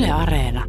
Yle Areena.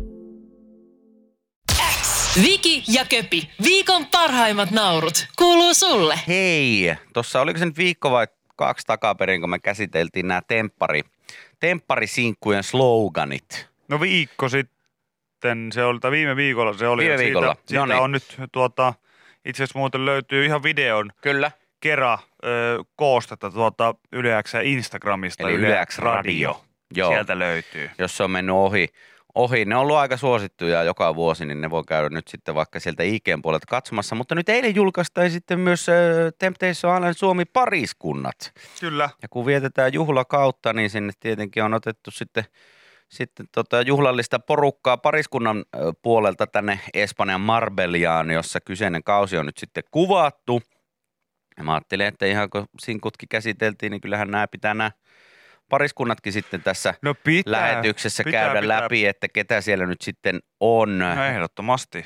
Viki ja Köpi, viikon parhaimmat naurut, kuuluu sulle. Hei, tuossa oliko se nyt viikko vai 2 takaperin, kun me käsiteltiin nämä tempparissinkkujen sloganit. No viikko sitten, se oli, tai viime viikolla se oli. Viime viikolla, Siitä noniin. on nyt itse asiassa muuten löytyy ihan videon Kyllä. koostetta Yle X Instagramista. Eli Yle X Radio. Joo. Sieltä löytyy. Jos se on mennyt ohi, ne on ollut aika suosittuja joka vuosi, niin ne voi käydä nyt sitten vaikka sieltä IG:n puolelta katsomassa. Mutta nyt eilen julkaistaan sitten myös Temptation Island Suomi pariskunnat. Kyllä. Ja kun vietetään juhlakautta, niin sinne tietenkin on otettu sitten juhlallista porukkaa pariskunnan puolelta tänne Espanjan Marbellaan, jossa kyseinen kausi on nyt sitten kuvattu. Ja mä ajattelin, että ihan kun sinkutkin käsiteltiin, niin kyllähän nämä pariskunnatkin sitten tässä lähetyksessä käydä läpi, että ketä siellä nyt sitten on. No ehdottomasti.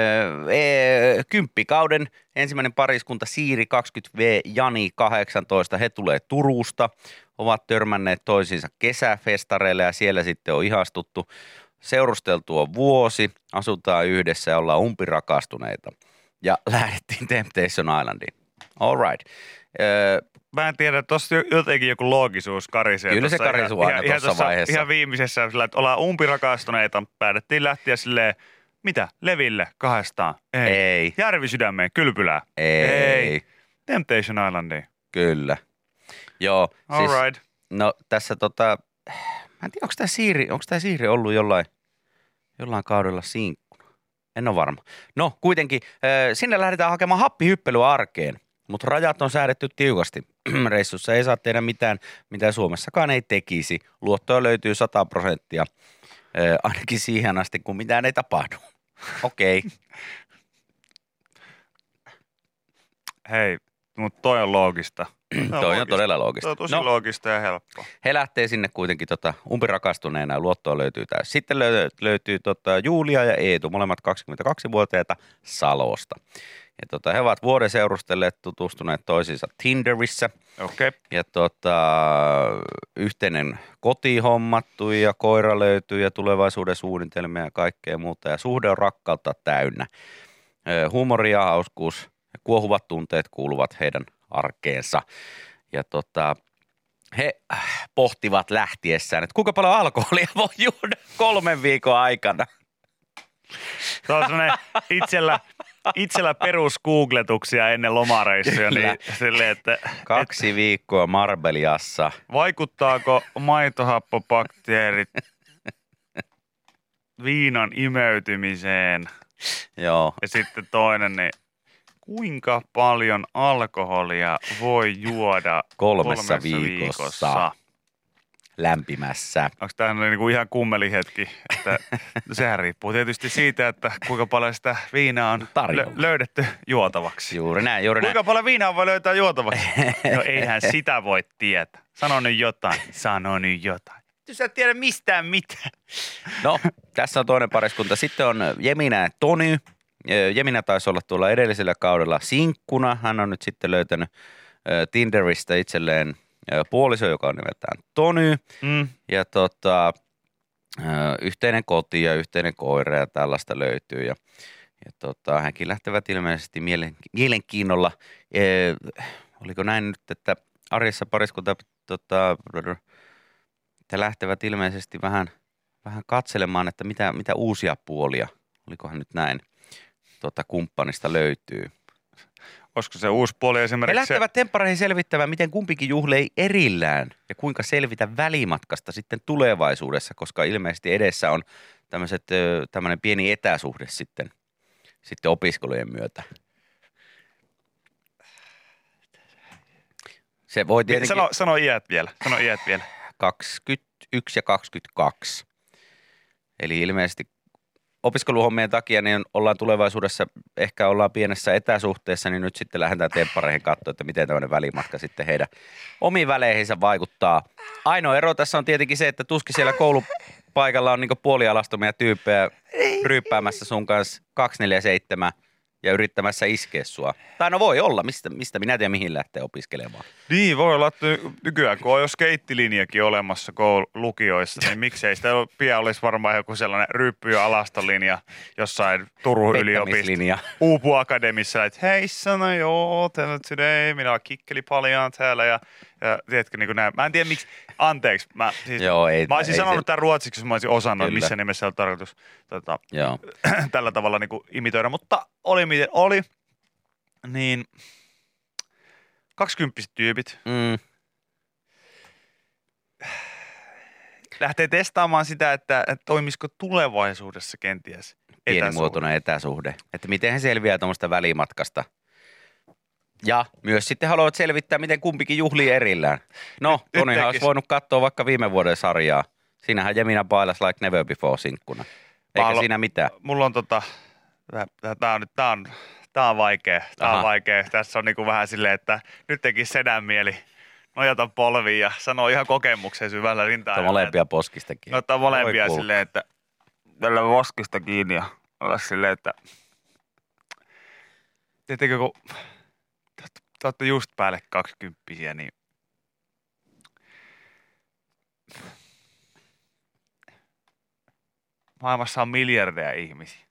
Kymppikauden ensimmäinen pariskunta Siiri 20V, Jani 18, he tulee Turusta, ovat törmänneet toisiinsa kesäfestareille ja siellä sitten on ihastuttu. Seurusteltu on vuosi, asutaan yhdessä ja ollaan umpirakastuneita ja lähdettiin Temptation Islandiin. All right. Mä en tiedä, tuossa jotenkin joku loogisuus karisee. Kyllä se karisuu aina tuossa vaiheessa. Ihan viimeisessä, sillä, että ollaan umpirakastuneita, päätettiin lähteä silleen, mitä, Leville 200? Ei. Järvisydämeen, Kylpylää? Ei. Temptation Islandiin? Kyllä. Joo. All siis, right. No tässä mä en tiedä, onko tämä Siiri ollut jollain kaudella sinkkuna? En ole varma. No kuitenkin, sinne lähdetään hakemaan happihyppelyä arkeen. Mutta rajat on säädetty tiukasti. Reissussa ei saa tehdä mitään, mitä Suomessakaan ei tekisi. Luottoa löytyy 100%, ainakin siihen asti, kun mitään ei tapahdu. Okei. Hei, mutta toi on loogista. Toi on todella loogista. Toi on tosi loogista ja helppoa. He lähtee sinne kuitenkin umpirakastuneena ja luottoa löytyy täysin. Sitten löytyy Julia ja Eetu, molemmat 22-vuotiaita Salosta. Ja he ovat vuoden seurustelleet, tutustuneet toisiinsa Tinderissä. Okei. Ja yhteinen koti hommattu ja koira löytyy ja tulevaisuuden suunnitelmia ja kaikkea muuta. Ja suhde on rakkautta täynnä. Huumori ja hauskuus ja kuohuvat tunteet kuuluvat heidän arkeensa. Ja he pohtivat lähtiessään, että kuinka paljon alkoholia voi juoda 3 viikon aikana. Se on sellainen itsellä perusgoogletuksia ennen lomareissuja. Niin silleen, että 2 viikkoa Marbeliassa. Vaikuttaako maitohappobakteerit viinan imeytymiseen? Joo. Ja sitten toinen, niin kuinka paljon alkoholia voi juoda 3 viikossa lämpimässä? Onko tämä niinku ihan kummelihetki? Että sehän riippuu tietysti siitä, että kuinka paljon sitä viinaa on löydetty juotavaksi. Juuri näin. Kuinka paljon viinaa voi löytää juotavaksi? No eihän sitä voi tietää. Sano nyt jotain. Jos sä et tiedä mistään mitään. No, tässä on toinen pariskunta. Sitten on Jemina ja Tony. Jemina taisi olla tuolla edellisellä kaudella sinkkuna. Hän on nyt sitten löytänyt Tinderistä itselleen puoliso, joka on nimeltään Tony. Ja yhteinen koti ja yhteinen koira ja tällaista löytyy. Ja hänkin lähtevät ilmeisesti mielenkiinnolla. Oliko näin nyt, että arjessa pariskunta he lähtevät ilmeisesti vähän katselemaan, että mitä uusia puolia, olikohan nyt näin, kumppanista löytyy. Olisiko se uusi puoli esimerkiksi? He lähtevät temppareihin selvittämään, miten kumpikin juhlei erillään ja kuinka selvitä välimatkasta sitten tulevaisuudessa, koska ilmeisesti edessä on tämmöinen pieni etäsuhde sitten opiskelujen myötä. Se voi tietenkin... Sano iät vielä. 21 ja 22. Eli ilmeisesti opiskeluhommien takia niin ollaan tulevaisuudessa, ehkä ollaan pienessä etäsuhteessa, niin nyt sitten lähdetään temppareihin katsoa, että miten tämmöinen välimatka sitten heidän omiin väleihinsä vaikuttaa. Ainoa ero tässä on tietenkin se, että tuskin siellä koulupaikalla on niin puolialastomia tyyppejä ryyppäämässä sun kanssa 247 ja yrittämässä iskeä sua. Tai no voi olla, mistä minä tiedän mihin lähtee opiskelemaan. Niin, voi olla, että nykyään kun on jo skeittilinjakin olemassa lukioissa, niin miksei sitä pian olisi varmaan joku sellainen ryppy- ja alastolinja jossain Turun yliopistossa. Uupu Akademissa, että hei sana joo, today, minä olen kikkeli paljon täällä ja tiedätkö niin kuin näin. Mä en tiedä miksi, anteeksi, mä olisin sanonut tämän ruotsiksi, jos mä olisin osannut, kyllä. Missä nimessä on tarkoitus tällä tavalla niin kuin imitoida, mutta oli miten oli, niin 20-vuotiaat tyypit lähtee testaamaan sitä, että toimisiko tulevaisuudessa kenties pienimuotoinen etäsuhde. Että miten he selviää tuommoista välimatkasta. Ja myös sitten haluavat selvittää, miten kumpikin juhlii erillään. No, Tonihan olisi voinut katsoa vaikka viime vuoden sarjaa. Siinähän Jemina bailas like never before -sinkkuna. Eikä siinä mitään. Mulla on tää on vaikea. Tää on vaikea. Tässä on niinku vähän silleen, että nyt tekisi sedän mieli nojata polviin ja sanoo ihan kokemuksen syvällä rintaa. Ottaa molempia poskistakin. Ottaa molempia silleen, että tällä poskista kiinni ja olla silleen, että tietenkin kun te olette just päälle 20-vuotiaita, niin maailmassa on miljardeja ihmisiä.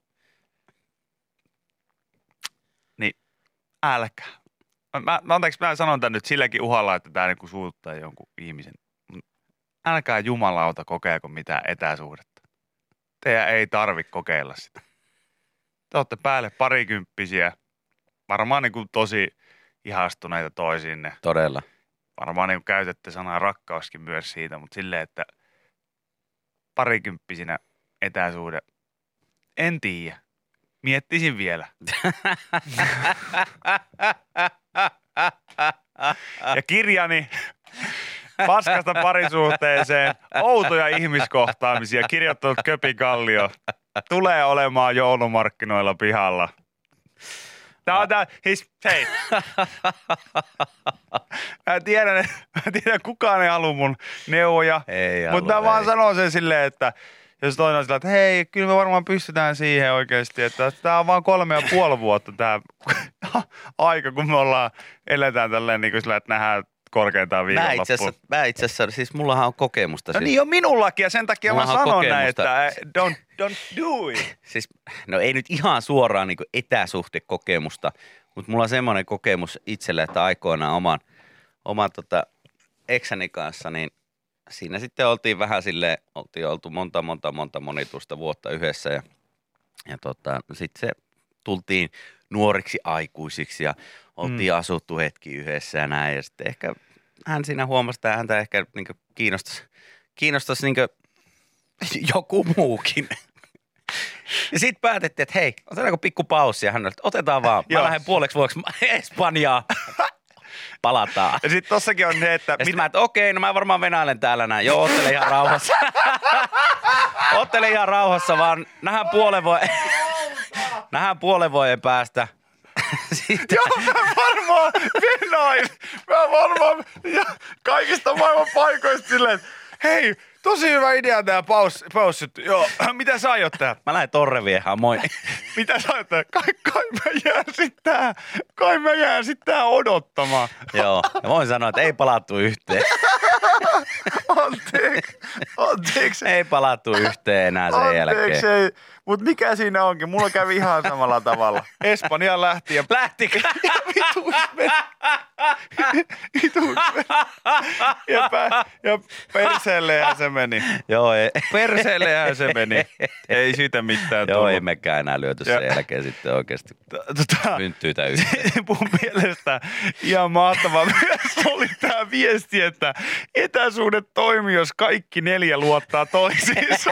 Niin älkää. Anteeksi, mä sanon tän nyt silläkin uhalla, että tää niinku suuttaa jonkun ihmisen. Älkää jumalauta kokeilko mitään etäsuhdetta. Teidän ei tarvitse kokeilla sitä. Te olette päälle parikymppisiä. Varmaan niinku tosi ihastuneita toisiinne. Todella. Varmaan niinku käytätte sanaa rakkauskin myös siitä, mutta silleen, että parikymppisinä etäsuhde. En tiedä. Miettisin vielä. Ja kirjani paskasta parisuhteeseen, outoja ihmiskohtaamisia, kirjoittanut Köpi Kallio, tulee olemaan joulumarkkinoilla pihalla. Hei. Mä tiedän, kukaan ei halua mun neuvoja, mutta mä vaan sanon sen silleen, että jos toinen on sillä, että hei, kyllä me varmaan pystytään siihen oikeasti, että tää on vaan 3,5 vuotta tää aika, kun me eletään tälleen niin kuin sillä, että nähdään korkeintaan viikonloppuun. Mä itse asiassa, siis mullahan on kokemusta. No niin on minullakin ja sen takia mä sanon näin, että don't do it. Siis, no ei nyt ihan suoraan niin kuin etäsuhtekokemusta, mutta mulla on semmoinen kokemus itselle, että aikoinaan oman eksäni kanssa, niin siinä sitten oltiin vähän silleen, oltiin oltu monta monituista vuotta yhdessä ja sitten se tultiin nuoriksi aikuisiksi ja oltiin asuttu hetki yhdessä ja näin. Ja sitten ehkä hän siinä huomasi, että häntä ehkä niin kiinnostaisi niin joku muukin. Ja sitten päätettiin, että hei, otetaanko pikku paussi? Ja hän oli, että otetaan vaan. Mä lähden puoleksi vuoksi Espanjaan. Palataan. Ja sitten tossakin on ne, että... Ja sitten mä, että okei, no mä varmaan venailen täällä näin. Joo, ottele ihan rauhassa. Ottele ihan rauhassa, vaan nähdään puolen vuoden päästä. Sitten. Joo, mä varmaan venain. Mä varmaan ja kaikista maailman paikoista silleen, että hei, tosi hyvä idea tää paussi. Joo, mitä sä aiot tää? Mä lähden Torreviehaan, moi. Mitä sä aiot tää? Kai mä jään sit tää odottamaan. Joo, ja voin sanoa, että ei palattu yhteen. Anteeksi. Ei palattu yhteen enää sen jälkeen. Ei. Mutta mikä siinä onkin? Mulla kävi ihan samalla tavalla. Espanjaan lähti ja... Lähtikö? Vituks meni. Ja perseellehän se meni. Joo, ei. Perseellehän se meni. Ei siitä mitään tullut. Joo, ei mekään enää lyöty sen jälkeen sitten oikeasti mynttyitä yhteen. Mun mielestä ihan mahtavaa myös oli tää viesti, että etäsuhde toimii, jos kaikki 4 luottaa toisiinsa.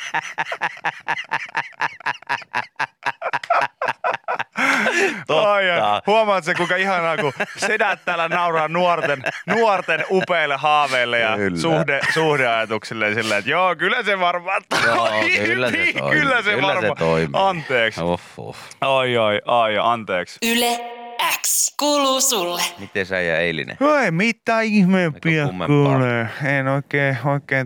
Totta. Huomaat se, kuinka ihanaa, kun sedät täällä nauraa nuorten upeille haaveille ja suhdeajatuksille silleen, että joo, kyllä se varmaan toimii. Kyllä se toimii. Anteeksi. Ai, anteeksi. Yle X kuuluu sulle. Miten sä ja eilinen? Ei mitään ihmeempiä kuulee. En oikein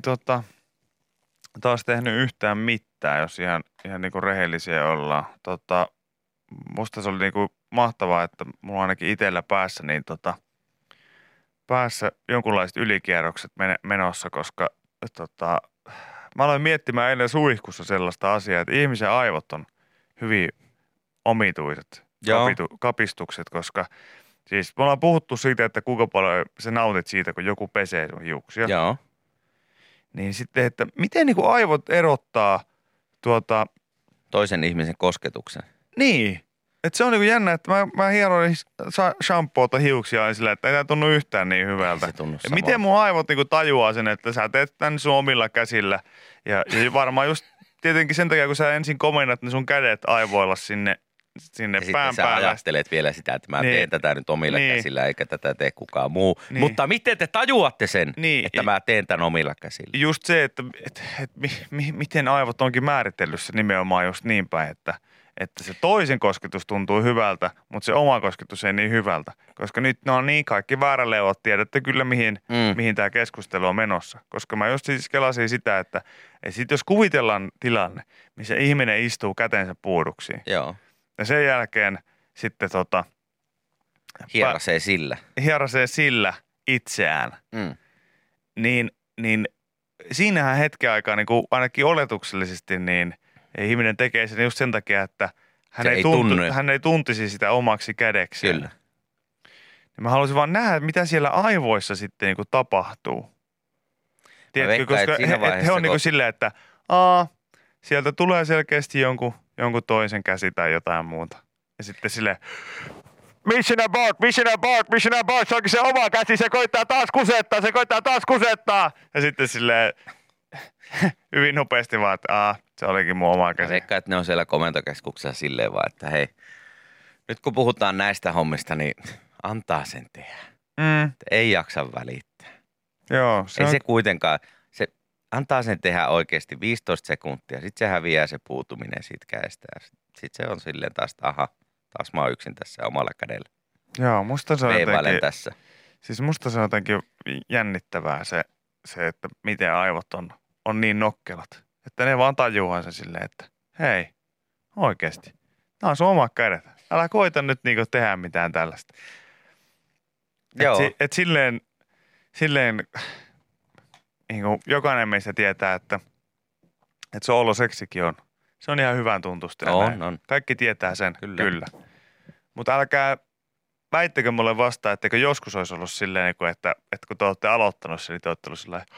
taas tehnyt yhtään mitään, jos ihan niinku rehellisiä ollaan. musta se oli niinku mahtavaa, että mulla on ainakin itsellä päässä, niin päässä jonkunlaiset ylikierrokset menossa, koska mä aloin miettimään eilen suihkussa sellaista asiaa, että ihmisen aivot on hyvin omituiset kapistukset, koska siis me ollaan puhuttu siitä, että kuinka paljon sä nautit siitä, kun joku pesee sun hiuksia. Joo. Niin sitten, että miten niinku aivot erottaa toisen ihmisen kosketuksen. Niin. Että se on niinku jännä, että mä hieroin shampoota hiuksia sillä, että ei tää tunnu yhtään niin hyvältä. Ja miten mun aivot niinku tajuaa sen, että sä teet tän sun omilla käsillä. Ja varmaan just tietenkin sen takia, kun sä ensin komennat ne sun kädet aivoilla sinne ja pään sitten päälle. sä ajattelet vielä sitä, että mä teen tätä nyt omilla käsillä, eikä tätä tee kukaan muu. Niin. Mutta miten te tajuatte sen, että mä teen tämän omilla käsillä? Just se, että miten aivot onkin määritellyt se nimenomaan just niin päin, että se toisen kosketus tuntuu hyvältä, mutta se oma kosketus ei niin hyvältä. Koska nyt ne on niin kaikki vääräleuvat, tiedätte kyllä mihin tämä keskustelu on menossa. Koska mä just siis kelasin sitä, että sit jos kuvitellaan tilanne, missä ihminen istuu kätensä puuduksiin. Joo. Ja sen jälkeen sitten hierasee sillä itseään. Niin siinähän hetken aikaa niin ainakin oletuksellisesti niin ihminen tekee sen just sen takia, että hän ei tuntisi sitä omaksi kädekseen. Kyllä. Niin mä haluaisin vaan nähdä, mitä siellä aivoissa sitten niin kuin tapahtuu. Tiedätkö, koska he on niin kuin silleen, että sieltä tulee selkeästi jonkun toisen käsi tai jotain muuta. Ja sitten silleen, mission abort, se onkin se oma käsi, se koittaa taas kusettaa. Ja sitten silleen, hyvin nopeasti vaan, että se olikin mun oma käsi. Veikkaan, että ne on siellä komentokeskuksessa silleen vaan, että hei, nyt kun puhutaan näistä hommista, niin antaa sen tehdä. Ei jaksa välittää. Joo. Se kuitenkaan, se antaa sen tehdä oikeasti 15 sekuntia, sitten se häviää se puutuminen siitä käestä. Sitten se on silleen taas, taas mä oon yksin tässä omalla kädellä. Joo, musta se on jotenkin, tässä. Siis musta se on jotenkin jännittävää se että miten aivot on niin nokkelat. Että ne vaan tajuaa sen silleen, että hei, oikeasti, nämä on sun omat kädet. Älä koita nyt niinku tehdä mitään tällaista. Joo. Et silleen niinku jokainen meistä tietää, että sooloseksikin on. Se on ihan hyvän tuntusta. On. Kaikki tietää sen, kyllä. Mutta älkää väittäkö mulle vastaan, etteikö joskus olisi ollut silleen, että kun te olette aloittanut sen, niin te olette ollut silleen,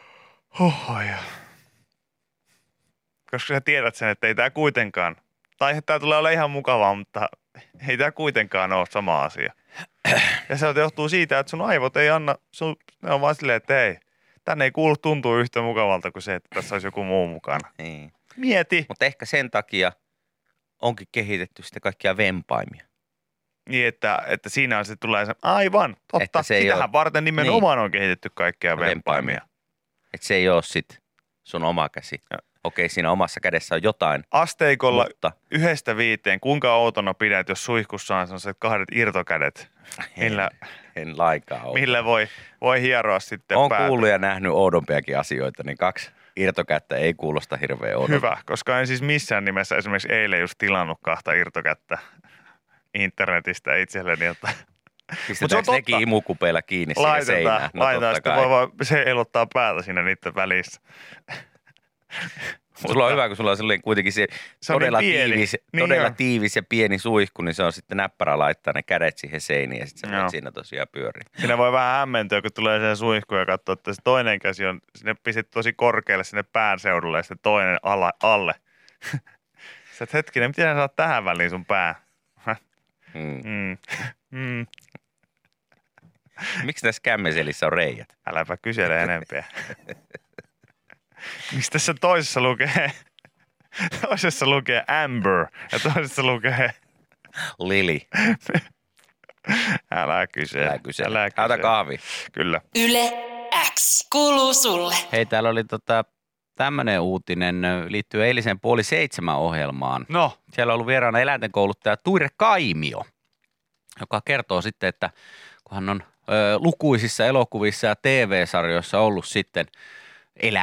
koska sä tiedät sen, että ei tämä kuitenkaan, tai tämä tulee olla ihan mukavaa, mutta ei tämä kuitenkaan ole sama asia. Ja se johtuu siitä, että sun aivot ei anna, ne on vaan silleen, että hei, tänne ei kuulu tuntuu yhtä mukavalta kuin se, että tässä olisi joku muu mukana. Niin. Mieti. Mutta ehkä sen takia onkin kehitetty sitten kaikkia vempaimia. Niin, että siinä se tulee se, aivan, totta, sitähän varten nimenomaan on kehitetty kaikkia vempaimia. Että se ei ole sit sun oma käsi. Okei, siinä omassa kädessä on jotain. Asteikolla 1-5, kuinka outona pidät, jos suihkussa on sellaiset 2 irtokädet, en lainkaan ole. Millä voi hieroa sitten päätä. On kuullut ja nähnyt oudompiakin asioita, niin 2 irtokättä ei kuulosta hirveän oudolta. Hyvä, koska en siis missään nimessä esimerkiksi eilen just tilannut 2 irtokättä internetistä itselleni, jotta pistetäänkö nekin imukupeilla kiinni siihen seinään? Laitetaan, sitten voi vaan se elottaa päätä siinä niiden välissä. Sulla on hyvä, kun sulla on silleen kuitenkin se todella, todella tiivis ja pieni suihku, niin se on sitten näppärä laittaa ne kädet siihen seiniin ja sitten sä voit siinä tosiaan pyöriä. Siinä voi vähän hämmentyä, kun tulee siihen suihkuun ja katsoo, että se toinen käsi on sinne pistetty tosi korkealle sinne pään seudulle ja sitten toinen alle. Sä et hetkinen, miten sä saat tähän väliin sun pää? Miksi tässä kämmeselissä on reijät? Äläpä kysele enempiä. Miksi tässä toisessa lukee? Toisessa lukee Amber ja toisessa lukee Lili. Älä kysele. Älä kahvi. Kyllä. Yle X kuuluu sulle. Hei, täällä oli tämmöinen uutinen liittyy eilisen 6:30 ohjelmaan. No. Siellä on ollut vieraana eläintenkouluttaja Tuire Kaimio, joka kertoo sitten, että kun hän on lukuisissa elokuvissa ja TV-sarjoissa ollut sitten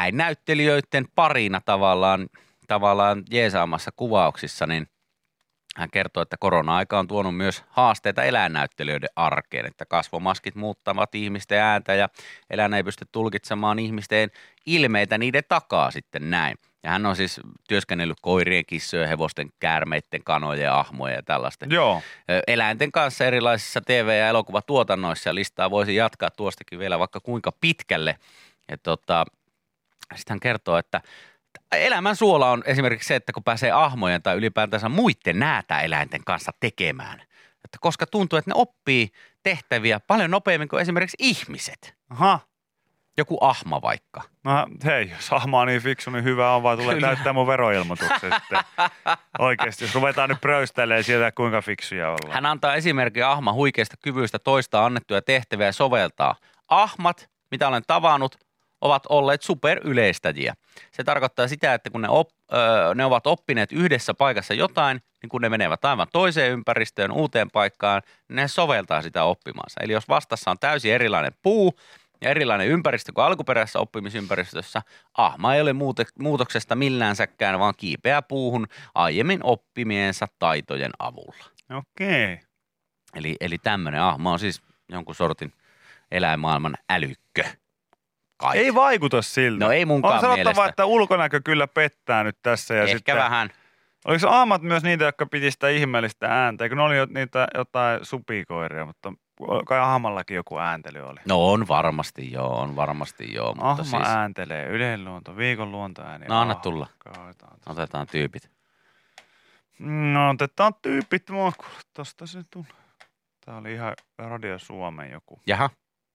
eläinnäyttelijöiden parina tavallaan jeesaamassa kuvauksissa, niin Hän kertoo, että korona-aika on tuonut myös haasteita eläinnäyttelijöiden arkeen, että kasvomaskit muuttavat ihmisten ääntä ja eläin ei pysty tulkitsemaan ihmisten ilmeitä niiden takaa sitten näin. Ja hän on siis työskennellyt koirien, kissojen, hevosten, käärmeiden, kanojen, ahmojen ja tällaisten eläinten kanssa erilaisissa TV- ja elokuvatuotannoissa. Ja listaa voisi jatkaa tuostakin vielä vaikka kuinka pitkälle. Ja sitten hän kertoo, että elämän suola on esimerkiksi se, että kun pääsee ahmojen tai ylipäätänsä muiden näätäeläinten kanssa tekemään. Että koska tuntuu, että ne oppii tehtäviä paljon nopeammin kuin esimerkiksi ihmiset. Aha. Joku ahma vaikka. No hei, jos ahma on niin fiksu, niin hyvä on, vaan tulee täyttää mun veroilmoituksen sitten. Oikeasti, jos ruvetaan nyt pröystelemään sieltä, kuinka fiksuja ollaan. Hän antaa esimerkin ahma huikeista kyvyistä toistaa annettuja tehtäviä ja soveltaa. Ahmat, mitä olen tavannut, ovat olleet superyleistäjiä. Se tarkoittaa sitä, että kun ne ovat oppineet yhdessä paikassa jotain, niin kun ne menevät aivan toiseen ympäristöön, uuteen paikkaan, niin ne soveltaa sitä oppimaansa. Eli jos vastassa on täysin erilainen puu ja erilainen ympäristö kuin alkuperäisessä oppimisympäristössä, ahma ei ole muutoksesta millänsäkään, vaan kiipeää puuhun aiemmin oppimiensa taitojen avulla. Okei. Eli tämmöinen ahma on siis jonkun sortin eläinmaailman älykkö. Kai. Ei vaikuta siltä. No ei munkaan mielestä. On sanottava, että ulkonäkö kyllä pettää nyt tässä. Ja ehkä sitten, vähän. Oliko ahmat myös niitä, jotka piti sitä ihmeellistä ääntä? Eikö ne oli niitä jotain supikoiria, mutta kai ahmallakin joku ääntely oli? No on varmasti joo. Mutta ahma siis ääntelee, Ylen luonto, viikon luontoääni. No anna tulla. Otetaan tyypit. No otetaan tyypit. Tosta se tuli. Tää oli ihan Radio Suomen joku. Jaha.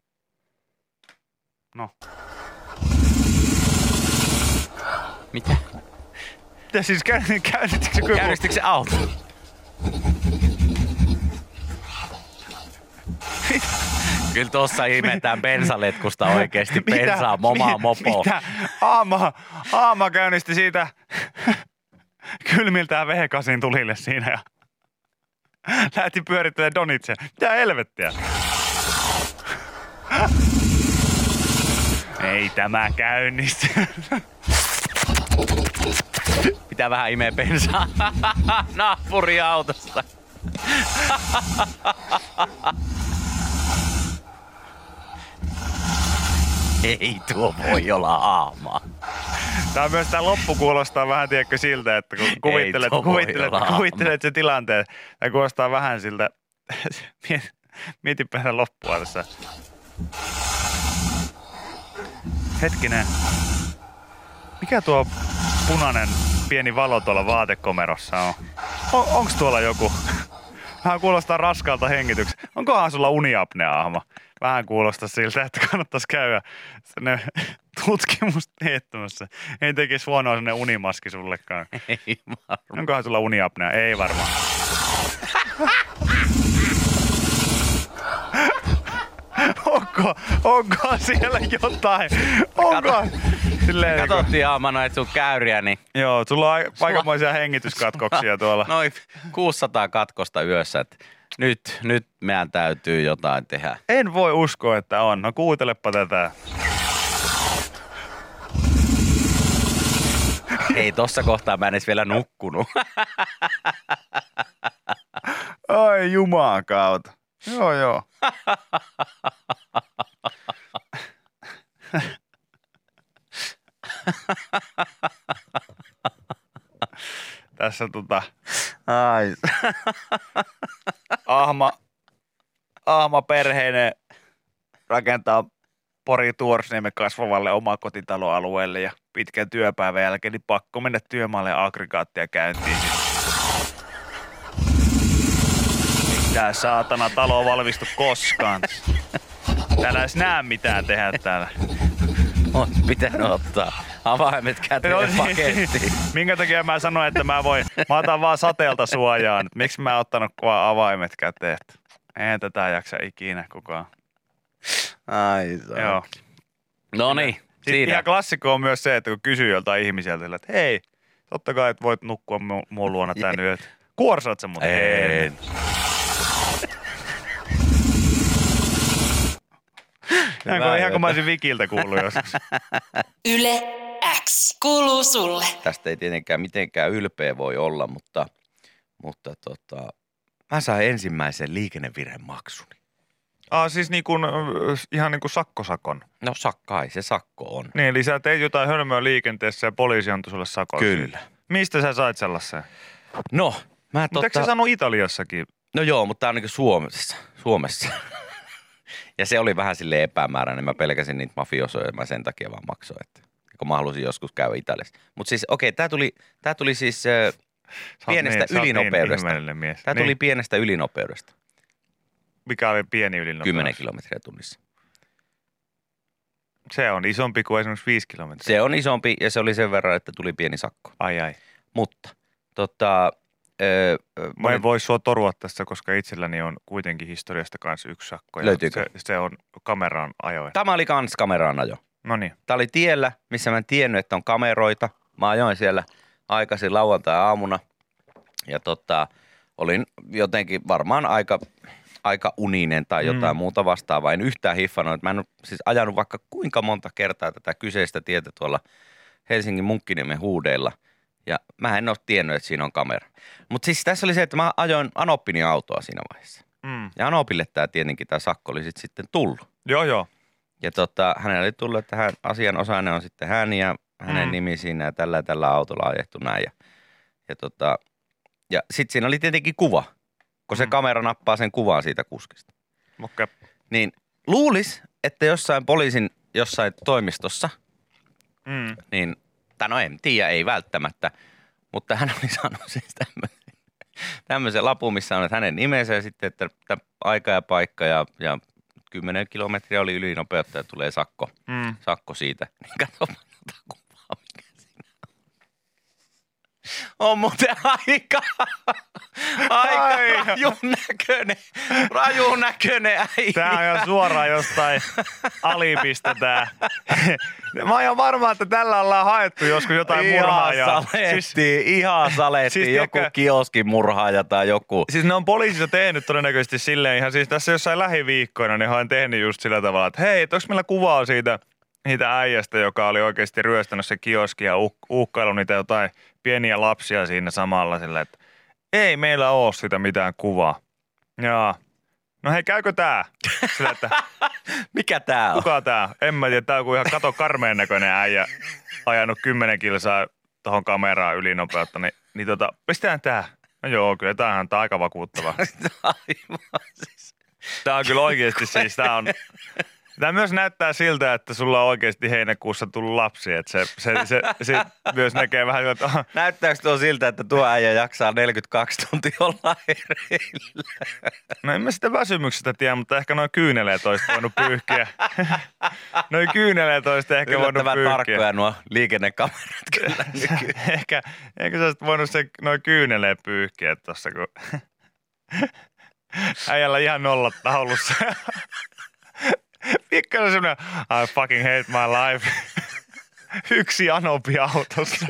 No. Mitä? Ja siis käynnistikö se auto? Kyllä tuossa imetään bensaletkusta oikeesti bensaa momaa mopoa. Mitä? Aama käynnisti siitä kylmiltään V8 tulille siinä ja lähti pyörittelemään donitsen. Mitä helvettiä? Ei tämä käynnisty. Pitää vähän imeä bensaa naapuriautosta. Ei tuo voi olla ahma. Tää loppu kuulostaa vähän tiedätkö siltä, että kun kuvittelet se tilanteen. Tää kuulostaa vähän siltä. Mietipä loppua tässä. Hetkinen. Mikä tuo punainen pieni valo tuolla vaatekomerossa on? Onks tuolla joku? Vähän kuulostaa raskaalta hengitykseltä. Onkohan sulla uniapnea-ahma? Vähän kuulostaa siltä, että kannattaisi käydä sinne tutkimusta teettämässä. Ei tekisi huonoa sinne unimaski sullekaan. Ei varmaan. Onkohan sulla uniapnea? Ei varmaan. Onko siellä jotain? Onko? Katsottiin aamana, että sun käyriä, niin joo, sulla on aikamoisia hengityskatkoksia tuolla. noin 600 katkosta yössä, että nyt meidän täytyy jotain tehdä. En voi uskoa, että on. No kuuntelepa tätä. Ei tossa kohtaa mä en edes vielä nukkunut. Ai jumaan kautta. Joo. Tässä Ai. Ahma perheinen rakentaa Pori Tuorsniemen kasvavalle omakotitaloalueelle ja pitkän työpäivän jälkeen niin pakko mennä työmaalle aggregaattia käyntiin. Ei tää saatana talo valmistu koskaan. Täällä ei edes näe mitään tehdä täällä. On pitänyt ottaa avaimet käteen pakettiin. Minkä takia mä sanoin, että mä otan vaan sateelta suojaan. Miksi mä oon ottanut vaan avaimet käteen? Ei tätä jaksa ikinä kukaan. Ai joo. No niin, siinä. Ihan klassikko on myös se, että kun kysyy joltain ihmiseltä, että hei, totta kai, että voit nukkua muun luona tän yöt. Kuorsaat sä muuten? En. Ihan kun mä olisin Vikiltä kuullut joskus. Yle X kuuluu sulle. Tästä ei tietenkään mitenkään ylpeä voi olla, mutta Mutta mä sain ensimmäisen liikennevirhemaksuni. Siis ihan niin kuin sakkosakon. No kai se sakko on. Niin, eli sä teit jotain hölmöä liikenteessä ja poliisi antoi sulle sakon. Kyllä. Mistä sä sait sellaisen? No, Mutta eikö sä sanonut Italiassakin? No joo, mutta tää on niin Suomessa. Ja se oli vähän silleen epämääräinen. Mä pelkäsin niitä mafiosoja ja mä sen takia vaan maksoin, että kun mä halusin joskus käydä Italiassa. Mutta siis okei, tää tuli siis pienestä ylinopeudesta. Tää tuli pienestä ylinopeudesta. Mikä oli pieni ylinopeus? 10 kilometriä tunnissa. Se on isompi kuin esimerkiksi 5 kilometriä. Se on isompi ja se oli sen verran, että tuli pieni sakko. Ai. Mutta mä en voi sua torua tässä, koska itselläni on kuitenkin historiasta kanssa yksi sakko. Löytyykö? Se on kameran ajoin. Tämä oli kans kameran ajo. Noniin. Tämä oli tiellä, missä mä en tiennyt, että on kameroita. Mä ajoin siellä aikaisin lauantai-aamuna ja olin jotenkin varmaan aika uninen tai jotain muuta vastaavaa. En yhtään hiffannut. Mä en siis ajanut vaikka kuinka monta kertaa tätä kyseistä tietä tuolla Helsingin Munkkiniemen huudeilla. Ja mä en ole tiennyt, että siinä on kamera. Mutta siis tässä oli se, että mä ajoin Anoppini autoa siinä vaiheessa. Ja Anopille tietenkin tämä sakko oli sitten tullut. Joo. Ja hänellä oli tullut, että asianosainen on sitten hän ja hänen nimi siinä ja tällä autolla ajettu näin. Ja sitten siinä oli tietenkin kuva, kun se kamera nappaa sen kuvan siitä kuskista. Okay. Niin luulis, että jossain poliisin jossain toimistossa, niin, tai no en tiedä, ei välttämättä, mutta hän oli saanut siis tämmöisen lapun, missä on hänen nimensä ja sitten, että aika ja paikka ja 10 kilometriä oli ylinopeutta ja tulee sakko siitä. Niin katso kuvaa, mikä siinä on muuten aika rajun näköinen äijä. Tää on jo suoraan jostain alipista tää. Mä oon ihan varma, että tällä ollaan haettu joskus jotain murhaajaa. Ihan saletti, siis joku kioskin murhaaja tai joku. Siis ne on poliisissa tehnyt todennäköisesti silleen ihan siis tässä jossain lähiviikkoina, niin on tehnyt just sillä tavalla, että hei, onko meillä kuvaa siitä äijästä, joka oli oikeasti ryöstänyt se kioski ja uhkailu niitä jotain pieniä lapsia siinä samalla silleen, että ei meillä ole sitä mitään kuvaa. Jaa. No hei, käykö tää? Sillä, että mikä tää on? Kuka tää? En mä tiedä, tää on ihan karmeen näköinen äijä ajanut 10 kilsaa tohon kameraan ylinopeutta. Niin pistetään tää. No joo, kyllä tämähän on aika vakuuttava. Tää on kyllä oikeesti siis, Tämä myös näyttää siltä, että sulla on oikeasti heinäkuussa tullut lapsi, että se myös näkee vähän, että näyttääkö tuo siltä, että tuo äijä jaksaa 42 tuntia olla hereillä? No en mä sitä väsymyksestä tiedä, mutta ehkä noin kyyneleet olisi voinut pyyhkiä. Noin kyyneleet olisi ehkä voinut pyyhkiä. Yllättävän tarkkoja nuo liikennekamerat kyllä nykyään. Ehkä sä olisit voinut noin kyyneleet pyyhkiä tuossa, kun äijällä ihan nollat taulussa. Pikkasen semmoinen, I fucking hate my life. Yksi Anopi autossa.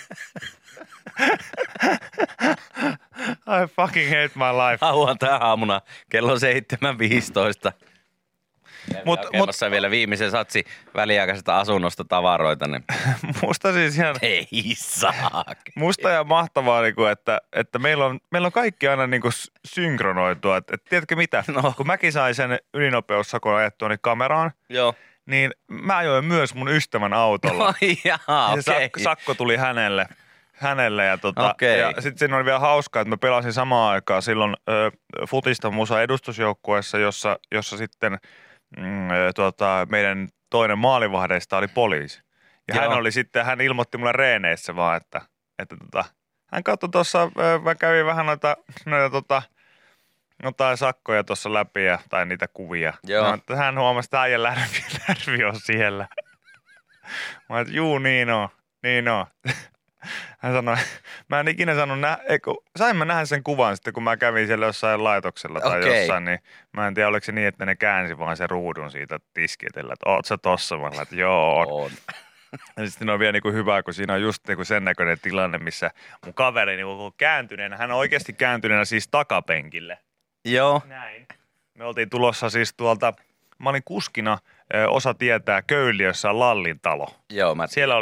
I fucking hate my life. Lauantai-aamuna kello 7.15. Kellossa vielä viimeisen satsi väliaikaisesta asunnosta tavaroita. Niin. Musta siis ihan... Ei saak. Musta ihan mahtavaa, että meillä on kaikki aina synkronoitua. Et tiedätkö mitä? No. Kun mäkin sain sen ylinopeussakon ajettua niin kameraan, joo. Niin mä ajoin myös mun ystävän autolla. Jaa, se sakko tuli hänelle ja, ja sitten siinä oli vielä hauskaa, että mä pelasin samaan aikaan silloin futista musa edustusjoukkueessa, jossa sitten meidän toinen maalivahdeista oli poliisi. Ja hän ilmoitti mulle reeneissä vaan, että hän katsoi tuossa, mä kävin vähän noita sakkoja tuossa läpi tai niitä kuvia. Joo. No, hän huomasi, että äijän lärvi on siellä. Mä että juu, niin on. Hän sanoi, mä en ikinä sanonut, sain mä nähdä sen kuvan sitten, kun mä kävin siellä jossain laitoksella tai jossain, niin mä en tiedä, oliko se niin, että ne käänsi vaan sen ruudun siitä tisketellä, että oot sä tossa? Mä että joo on. Ja sitten on vielä hyvä, kun siinä on just sen näköinen tilanne, missä mun kaveri kääntyneenä, hän on oikeasti kääntyneenä siis takapenkille. Joo. Näin. Me oltiin tulossa siis tuolta Mä olin kuskina, osa tietää, Köyliössä on Lallin talo. Joo, siellä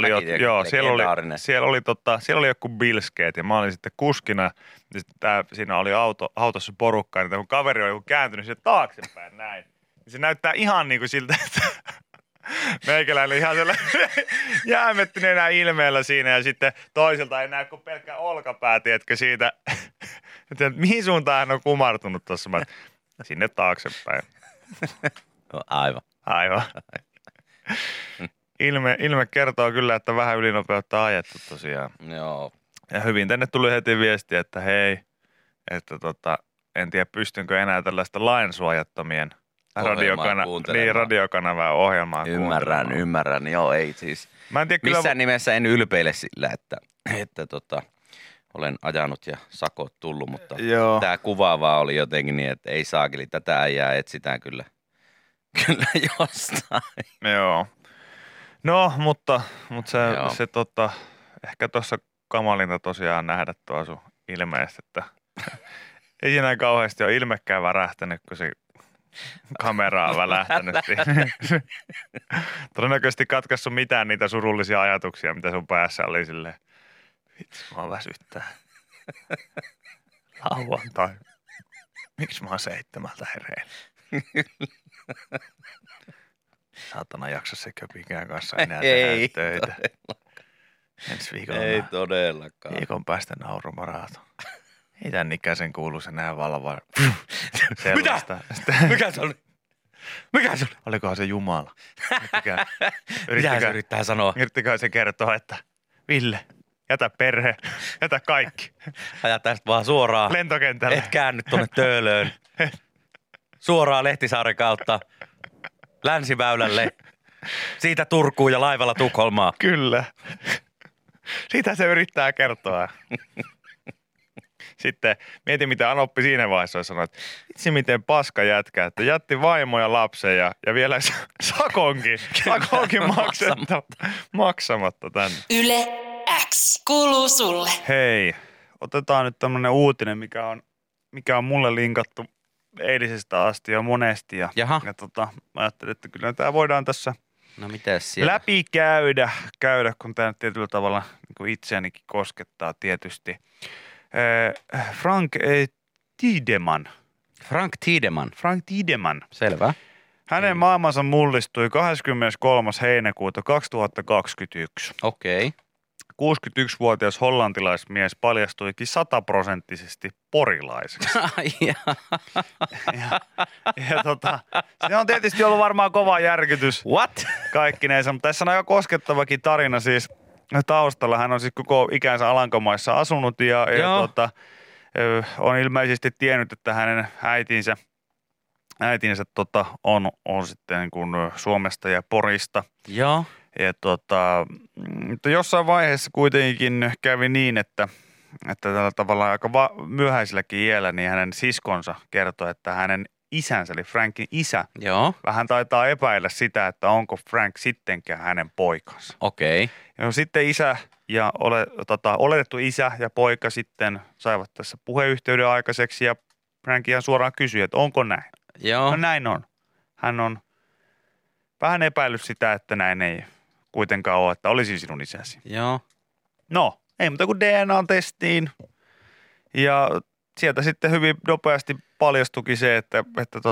oli joku bilskeet ja mä olin sitten kuskina. Siinä oli autossa porukkaa, niin kun kaveri oli kääntynyt sitten taaksepäin näin. Se näyttää ihan niin kuin siltä, että meikäläinen ihan sellainen jäämettyneenä ilmeellä siinä ja sitten toiselta ei näe kuin pelkkä olkapää, tiedätkö siitä, että mihin suuntaan hän on kumartunut tuossa. Sinne taaksepäin. Aivan. Ilme kertoo kyllä, että vähän ylinopeutta on ajettu tosiaan. Joo. Ja hyvin tänne tuli heti viesti, että hei, että en tiedä pystynkö enää tällaista lainsuojattomien radiokanavaa ohjelmaa Ymmärrän. Joo, ei siis. Mä en tiedä, missään nimessä en ylpeile sillä, että olen ajanut ja sakot tullut, mutta tämä kuvaavaa oli jotenkin niin, että ei saakeli, tätä äijää etsitään kyllä jostain. Joo. No, mutta se ehkä tuossa kamalinta tosiaan nähdä tuo sun ilmeistä, että ei siinä kauheasti ole ilmekään värähtänyt, kun se kamera on välähtänyt. Todennäköisesti katkaisu mitään niitä surullisia ajatuksia, mitä sun päässä oli silleen. Vitsi, mua väsyttää. Lauantai. Miksi mä oon 7 hereillä? Saatana jaksa se köpikään kanssa enää tehdä töitä. Ensi viikolla. Ei todellakaan. Viikon päästä naurumaraton. Ei tän ikäisen kuulu se näin valvaa. Mitä? Mikä se oli? Olikohan se Jumala? Mitä se yrittää sanoa? Yrittikää se kertoa, että Ville, jätä perhe, jätä kaikki. Aja tästä vaan suoraan. Lentokentälle. Et käänny tonne Töölöön. Suoraan Lehtisaaren kautta. Länsiväylälle. Siitä Turkuun ja laivalla Tukholmaan. Kyllä. Sitä se yrittää kertoa. Sitten mieti, mitä Anoppi siinä vaiheessa sanoi, että itse miten paska jätkä, että jätti vaimo ja lapsen ja vielä sakonkin maksamatta tänne. Yle X kuuluu sulle. Hei, otetaan nyt tämmönen uutinen, mikä on mulle linkattu eilisestä asti ja monesti. Ja mä ajattelin, että kyllä tämä voidaan tässä läpi käydä, kun tämä tietyllä tavalla niin itseänikin koskettaa tietysti. Frank Tiedemann. Selvä. Hänen maailmansa mullistui 23. heinäkuuta 2021. Okei. 61-vuotias hollantilaismies paljastuikin 100% porilaiseksi. Se on tietysti ollut varmaan kova järkytys. What? Kaikkineensa, mutta tässä on aika koskettavakin tarina siis. Taustalla hän on siis koko ikänsä Alankomaissa asunut ja on ilmeisesti tiennyt, että hänen äitinsä on sitten niin kuin Suomesta ja Porista. Joo. Ja mutta jossain vaiheessa kuitenkin kävi niin, että tällä tavalla aika myöhäiselläkin iällä niin hänen siskonsa kertoi, että hänen isänsä, eli Frankin isä, vähän taitaa epäillä sitä, että onko Frank sittenkään hänen poikansa. Okei. Ja sitten isä ja oletettu isä ja poika sitten saivat tässä puheyhteyden aikaiseksi ja Frank ihan suoraan kysyi, että onko näin. Joo. No näin on. Hän on vähän epäillyt sitä, että näin ei kuitenkaan ole, että olisi sinun isäsi. Joo. No, ei muuta kuin DNA-testiin ja sieltä sitten hyvin nopeasti paljastuikin se, että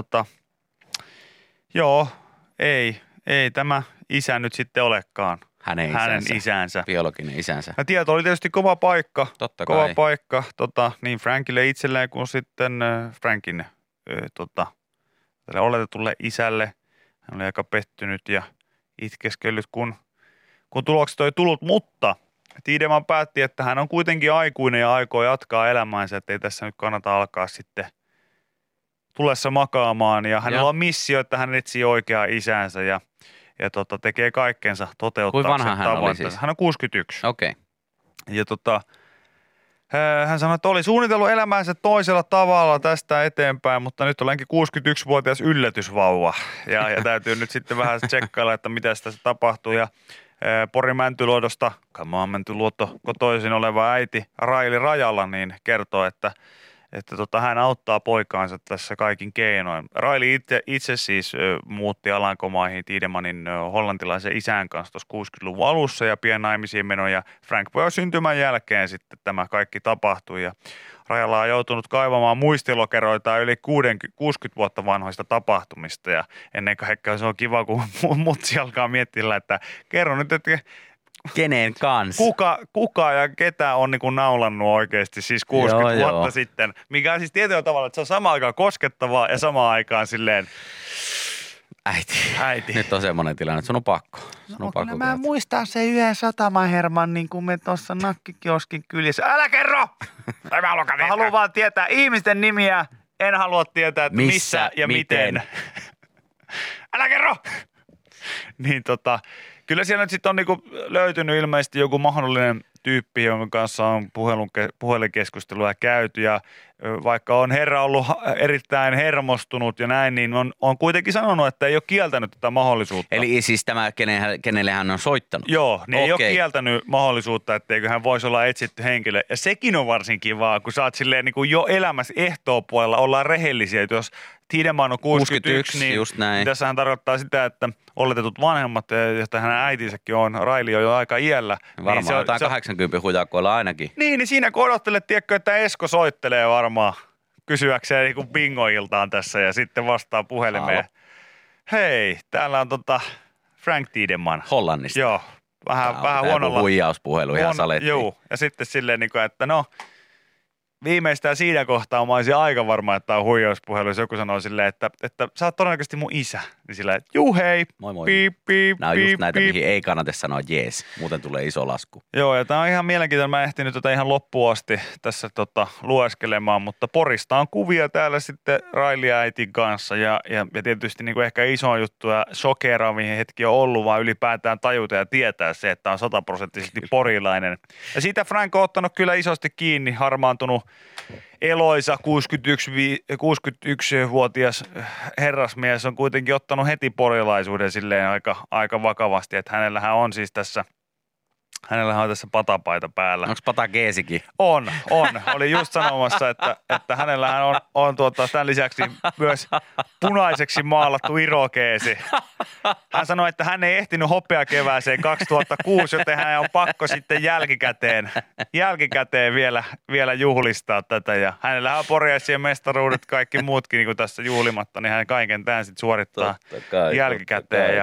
ei tämä isä nyt sitten olekaan hänen isänsä. Biologinen isänsä. Ja tieto oli tietysti kova paikka. Totta kova kai. paikka niin Frankille itselleen kuin sitten Frankin tälle oletetulle isälle. Hän oli aika pettynyt ja itkeskellyt, kun tulokset oli tullut, mutta Tiedemann päätti, että hän on kuitenkin aikuinen ja aikoo jatkaa elämäänsä, että ei tässä nyt kannata alkaa sitten tulessa makaamaan. Ja hänellä on missio, että hän etsii oikeaa isänsä ja tekee kaikkensa toteuttaa. Kuinka vanha hän oli siis? Hän on 61. Okei. Ja hän sanoi, että oli suunnitellut elämäänsä toisella tavalla tästä eteenpäin, mutta nyt olenkin 61-vuotias yllätysvauva. Ja täytyy nyt sitten vähän tsekkailla, että mitä tässä tapahtuu. Ja Porin Mäntyluodosta, Kamaan Mäntyluotto kotoisin oleva äiti Raili Rajala, niin kertoo, että hän auttaa poikaansa tässä kaikin keinoin. Riley itse siis muutti Alankomaihin Tiedemanin hollantilaisen isän kanssa tuossa 60-luvun alussa ja pian naimisiin meno ja Frank Boyn syntymän jälkeen sitten tämä kaikki tapahtui ja Rajala on joutunut kaivamaan muistilokeroita yli 60 vuotta vanhoista tapahtumista ja ennen kaikkea se on kiva, kun mutsi alkaa miettiä, että kerro nyt, että kenen kanssa? Kuka ja ketä on niin kuin naulannut oikeasti siis 60 vuotta sitten, mikä on siis tietyllä tavalla, että se on samaan aikaan koskettavaa ja samaan aikaan silleen Äiti. Nyt on semmoinen tilanne, että sun on pakko. Kyllä mä muistan se yhden satamaherman, niin kuin me tuossa nakkikioskin kylissä. Älä kerro! Mä haluan vaan tietää ihmisten nimiä. En halua tietää, että missä ja miten. Älä kerro! Niin kyllä siellä nyt sitten on niinku löytynyt ilmeisesti joku mahdollinen tyyppi, jonka kanssa on puhelinkeskustelua käyty ja vaikka on herra ollut erittäin hermostunut ja näin, niin on kuitenkin sanonut, että ei ole kieltänyt tätä mahdollisuutta. Eli siis tämä, kenelle hän on soittanut? Joo, niin ei ole kieltänyt mahdollisuutta, etteikö hän voisi olla etsitty henkilö. Ja sekin on varsin kivaa, kun sä oot silleen niin kuin jo elämässä ehtoopuolella, ollaan rehellisiä. Että jos Tiedemann on 61 niin just näin. Tässähän tarkoittaa sitä, että oletetut vanhemmat, josta hänen äitinsäkin on, Riley on jo aika iällä. Varmaan niin jotain 80 hujakoilla ainakin. Niin siinä kun odottelet, tiedätkö, että Esko soittelee varmaan kysyäkseen niin kuin bingoiltaan tässä ja sitten vastaa puhelimeen. Hei, täällä on Frank Tiedemann. Hollannista. Joo, vähän huonolla. Huijauspuhelu ihan salettiin. Joo, ja sitten silleen, että viimeistään siinä kohtaa mä olisin aika varma, että on huijauspuhelu, jos joku sanoo silleen, että sä oot todennäköisesti mun isä. Niin silleen, että juu hei, moi. Piip, piip, nämä on piip, just näitä, piip. mihin ei kannata sanoa jees, muuten tulee iso lasku. Joo, ja tää on ihan mielenkiintoinen. Mä ehtinyt ihan loppuun asti tässä lueskelemaan, mutta Porista on kuvia täällä sitten Riley äitin kanssa ja tietysti niin kuin ehkä iso juttu ja shokeraavia hetki on ollut, vaan ylipäätään tajuta ja tietää se, että on 100% porilainen. Ja siitä Frank on ottanut kyllä isosti kiinni, harmaantunut eloisa 61-vuotias herrasmies on kuitenkin ottanut heti porilaisuuden silleen aika vakavasti, että hänellähän on tässä patapaita päällä. Onko patageesikin? On. Oli just sanomassa, että hänellähän on tämän lisäksi myös punaiseksi maalattu irokeesi. Hän sanoi, että hän ei ehtinyt hopeakevääseen 2006, joten hän on pakko sitten jälkikäteen vielä juhlistaa tätä. Ja hänellähän on Poriaisien mestaruudet, kaikki muutkin niin kuin tässä juhlimatta, niin hän kaiken tämän sitten suorittaa jälkikäteen.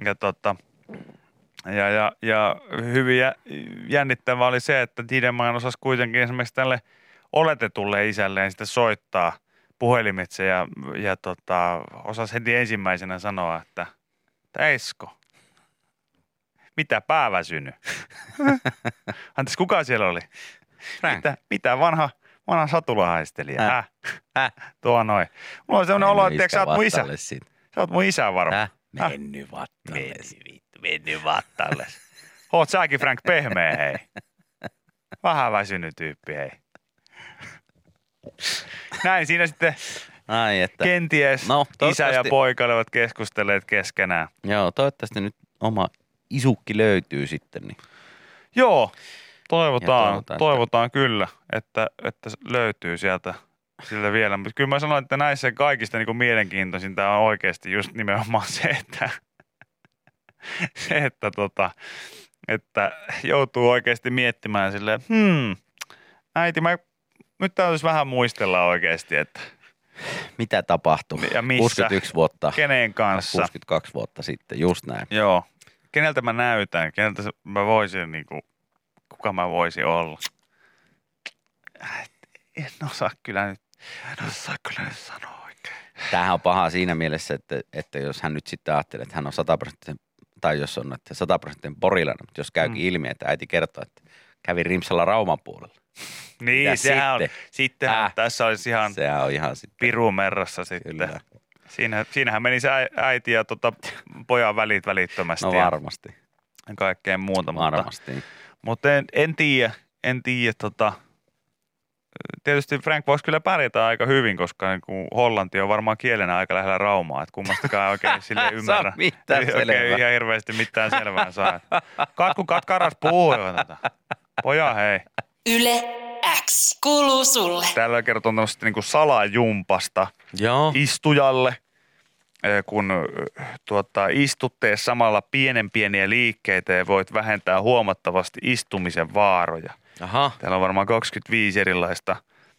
Ja hyvin jännittävää oli se, että Tiedemann osasi kuitenkin esimerkiksi tälle oletetulle isälleen sitten soittaa puhelimitse ja osasi heti ensimmäisenä sanoa, että Esko, mitä pääväsynyt? Anteeksi, kuka siellä oli? Frank. Mitä vanha satulahaistelija? Tuo noin. Mulla on sellainen olo, että sä oot mun isä. Sä oot mun isä varmaan. Mennyt vattalle. Mennyt vattalle. Oot säkin Frank pehmeä, hei. Vähän väsynyt tyyppi, hei. Näin siinä sitten kenties isä ja poika olivat keskustelleet keskenään. Joo, toivottavasti nyt oma isukki löytyy sitten. Niin. Joo, toivotaan kyllä, että löytyy sieltä vielä. Mutta kyllä mä sanoin, että näissä kaikista niin kuin mielenkiintoisinta on oikeasti just nimenomaan se, että joutuu oikeasti miettimään silleen, äiti, nyt täytyisi vähän muistella oikeasti, että mitä tapahtui? Ja missä? 61 vuotta. Kenen kanssa? 62 vuotta sitten, just näin. Joo. Keneltä mä näytän? Keneltä mä voisin, kuka mä voisin olla? En osaa kyllä nyt sanoa oikein. Tämähän on paha siinä mielessä, että jos hän nyt sitten ajattelee, että hän on 100%, tai jos on 100% porilainen, mutta jos käykin ilmi, että äiti kertoo, että kävi Rimsalla Rauman puolella. Niin, sittenhän tässä olisi ihan pirumerrassa sitten. Kyllä. Siinähän meni se äiti ja pojan välit välittömästi. No varmasti. Ja kaikkeen muuta. Varmasti. Mutta en tiedä. Tietysti Frank voisi kyllä pärjätä aika hyvin, koska niin hollanti on varmaan kielenä aika lähellä Raumaa. Että kummastakaan oikein silleen ymmärrä. Oikein ihan hirveästi mitään selvää saa. Katkaras puhuu. Poja hei. Yle X kuuluu sulle. Täällä kertoo tämmöistä niinku salajumpasta Joo. istujalle, kun istuttees samalla pieniä liikkeitä ja voit vähentää huomattavasti istumisen vaaroja. Aha. Täällä on varmaan 25 erilaista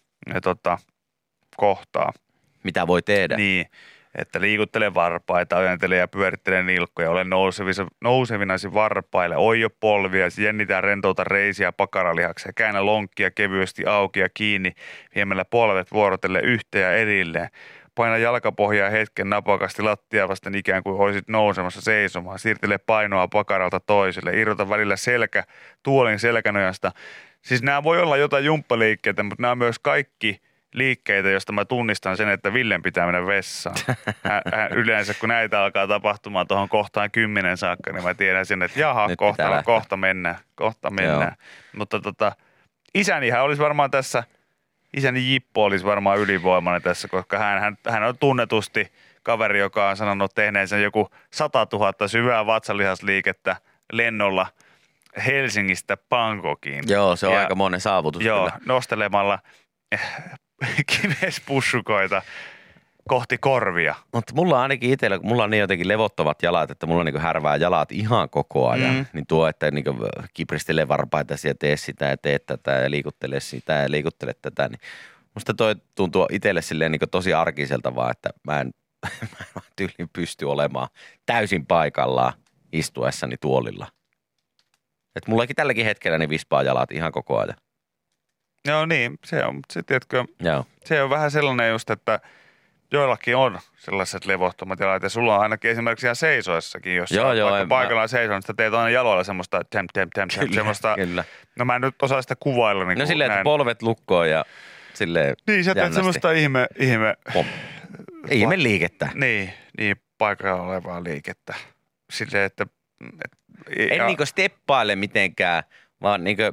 kohtaa. Mitä voi tehdä? Niin, että liikuttele varpaita, ojentele ja pyörittele nilkkoja, ole nousevinasi varpaille, oio polvia, jännitä rentouta reisiä pakaralihaksia, käännä lonkkia kevyesti auki ja kiinni, viemällä polvet vuorotelle yhteen ja erilleen. Paina jalkapohjaa hetken napakasti lattia vasten ikään kuin olisit nousemassa seisomaan. Siirtele painoa pakaralta toiselle. Irrota välillä selkä tuolin selkänojasta. Siis nämä voi olla jotain jumppaliikkeitä, mutta nämä on myös kaikki liikkeitä, joista mä tunnistan sen, että Villen pitää mennä vessaan. Yleensä kun näitä alkaa tapahtumaan tuohon kohtaan 10 saakka, niin mä tiedän sen, että jaha, kohta mennään. Mutta isänihän olisi varmaan tässä, isäni Jippo olisi varmaan ylivoimainen tässä, koska hän on tunnetusti kaveri, joka on sanonut tehneensä joku 100 000 syvää vatsalihasliikettä lennolla Helsingistä Bangkokiin. Joo, se on aika monen saavutus. Joo, kyllä. nostelemalla kivespussukoita kohti korvia. Mutta mulla on ainakin itsellä, kun mulla on niin jotenkin levottomat jalat, että mulla niinku härvää jalat ihan koko ajan. Niin tuo, että niinku kipristelee varpaita ja tee sitä ja tee tätä ja liikuttele sitä ja liikuttele tätä. Niin musta toi tuntuu itselle silleen niinku tosi arkiselta vaan, että mä en tyyliin pysty olemaan täysin paikallaan istuessani tuolilla. Että mullakin tälläkin hetkellä niin vispaa jalat ihan koko ajan. Joo niin, se tiedätkö, Joo. se on vähän sellainen just, että joillakin on sellaiset levottomat jalat ja sulla on ainakin esimerkiksi ihan seisoessakin, jos vaikka paikallaan seisoo, niin sitä teet aina jaloilla semmoista semmoista. Kyllä. No mä en nyt osaa sitä kuvailla. Niin no silleen, että polvet lukkoon ja silleen niin, sä teet semmoista ihme liikettä. Niin, paikalla olevaa liikettä. Silleen, että en niinku steppaile mitenkään, vaan niinku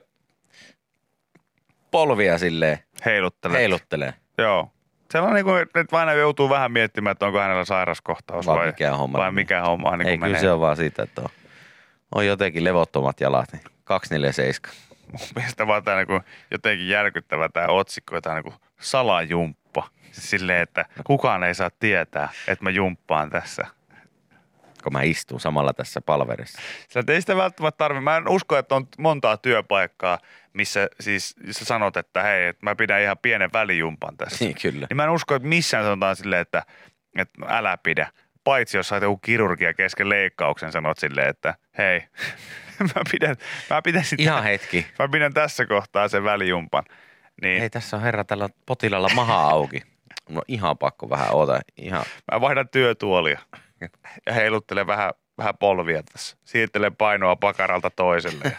polvia silleen heiluttelee. Joo. Sellainen, että aina joutuu vähän miettimään, että onko hänellä sairaskohtaus vai mikä homma. Niin ei, kyllä menee. Se on vaan siitä, että on jotenkin levottomat jalat. Niin 247. Mun mielestä vaan tämä niin jotenkin järkyttävä tämä otsikko, tämä niin salajumppa. Silleen, että kukaan ei saa tietää, että mä jumppaan tässä. Kun mä istun samalla tässä palverissa. Sä ei sitä välttämättä tarvitse. Mä en usko, että on montaa työpaikkaa, missä siis sä sanot, että hei, että mä pidän ihan pienen välijumpan tässä. Niin, kyllä. Niin mä en usko, että missään sanotaan silleen, että älä pidä. Paitsi jos sait joku kirurgia kesken leikkauksen, sanot silleen, että hei, mä pidän sitä. Ihan hetki. Mä pidän tässä kohtaa sen välijumpan. Niin. Hei, tässä on herra tällä potilaalla maha auki. No ihan pakko vähän oota. Ihan. Mä vaihdan työtuolia ja heiluttelen vähän polvia tässä. Siirtelen painoa pakaralta toiselle.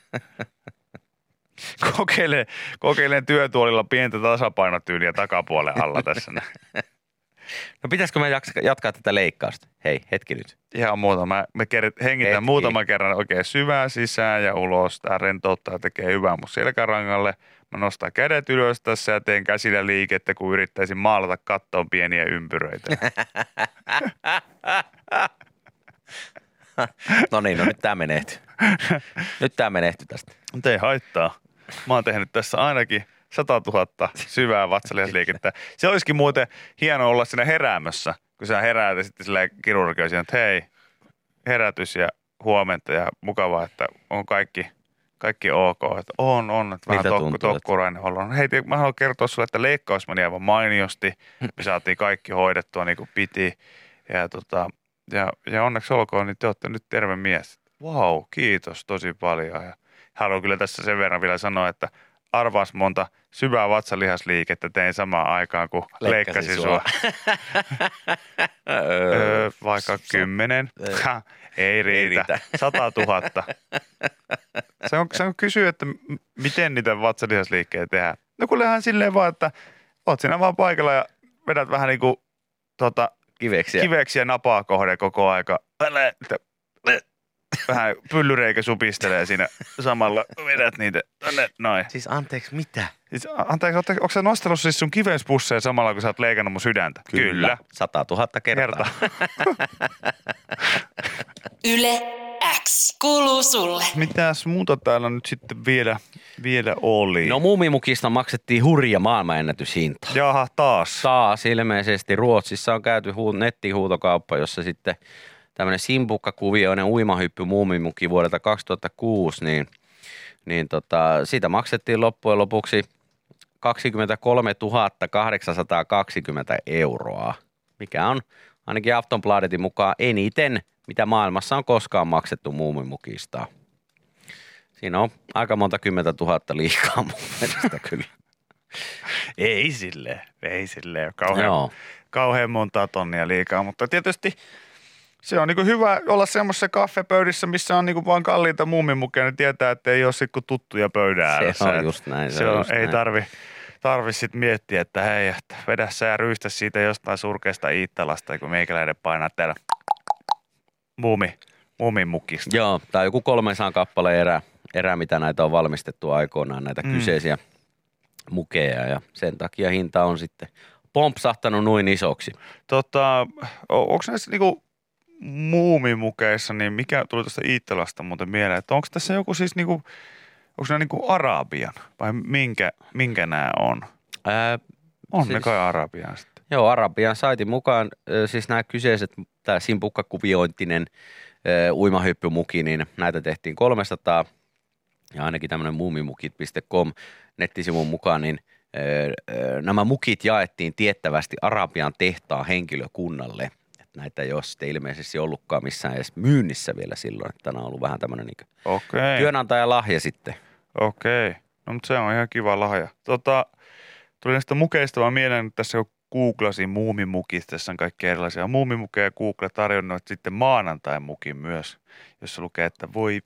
Kokeilen työtuolilla pientä tasapainotyyliä takapuolen alla tässä. No pitäisikö me jatkaa tätä leikkausta? Hei, hetki nyt. Ihan muuta. Me hengitän muutaman kerran oikein syvään sisään ja ulos. Tää rentouttaa ja tekee hyvää mun selkärangalle. Mä nostan kädet ylös tässä ja teen käsillä liikettä, kun yrittäisin maalata kattoon pieniä ympyröitä. No niin, nyt tää menehtyy. Nyt tää menehtyy tästä. Mutta ei haittaa. Mä oon tehnyt tässä ainakin 100 000 syvää vatsalihasliikettä. Se olisikin muuten hieno olla siinä heräämössä, kun sä heräät ja sitten sillä kirurgi on siinä, että hei, herätys ja huomenta ja mukavaa, että on kaikki ok. Että on, että vähän tokkurainen olo. Hei, mä haluan kertoa sulle, että leikkaus meni aivan mainiosti. Me saatiin kaikki hoidettua niin kuin piti. Ja onneksi olkoon, niin te olette nyt terve mies. Vau, kiitos tosi paljon. Ja haluan kyllä tässä sen verran vielä sanoa, että arvaas monta syvää vatsalihasliikettä tein samaan aikaan, kun leikkasin sua. Vaikka 10. Ei riitä. 100 000. Se on kysyä, että miten niitä vatsalihasliikkeitä tehdään. No kuulehan silleen vaan, että oot siinä vaan paikalla ja vedät vähän niin kuin kiveksiä napaa kohden koko aika. Vähän pyllyreikä supistelee siinä samalla, vedät niitä noin. Siis anteeksi, mitä? Siis anteeksi, onko sä nostellut siis sun kivespusseja samalla, kun sä oot leikannut mun sydäntä? Kyllä. 100 000 kertaa. Yle X kuuluu sulle. Mitäs muuta täällä nyt sitten vielä Vielä oli. No Muumimukista maksettiin hurja maailmanennätyshinta. Jaha, taas. Taas ilmeisesti Ruotsissa on käyty nettihuutokauppa, jossa sitten tämmöinen simpukkakuvioinen uimahyppy Muumimuki vuodelta 2006, niin siitä maksettiin loppujen lopuksi 23 820 €, mikä on ainakin Aftonbladetin mukaan eniten, mitä maailmassa on koskaan maksettu Muumimukista. Siinä on aika monta 10 000 liikaa mun mielestä kyllä. Ei silleen. Kauhean montaa tonnia liikaa, mutta tietysti se on niinku hyvä olla semmoisessa kaffepöydissä, missä on niinku vaan kalliita muumimukeja, niin tietää, että ei ole sit kuin tuttuja pöydän ääressä. Se on just näin. Ei tarvi sit miettiä, että hei, että vedä sä ja ryystä siitä jostain surkeasta Iittalasta, kun meikäläinen painaa täällä muumimukista. Joo, tai joku 300 kappaleen erä, mitä näitä on valmistettu aikoinaan, näitä kyseisiä mukeja, ja sen takia hinta on sitten pompsahtanut noin isoksi. Onko näissä niinku muumimukeissa, niin mikä tuli tuosta Iittalasta muuten mieleen, että onko tässä joku siis niinku, onko nämä niinku arabian vai minkä nämä on? On siis, ne kai arabian sitten. Joo, arabian saitin mukaan siis nämä kyseiset, tämä simpukkakuviointinen uimahyppymuki, niin näitä tehtiin 300 ja ainakin tämmöinen muumimukit.com nettisivun mukaan, niin nämä mukit jaettiin tiettävästi Arabian tehtaan henkilökunnalle. Että näitä ei ole sitten ilmeisesti ollutkaan missään edes myynnissä vielä silloin, että tämä on ollut vähän tämmöinen niin työnantajalahja sitten. Okei, no mutta se on ihan kiva lahja. Tuli näistä mukeista vaan mieleen, että tässä kun googlasin muumimukista, tässä on kaikkia erilaisia muumimukeja, Google tarjonnut sitten maanantai-mukin myös, jossa lukee, että voi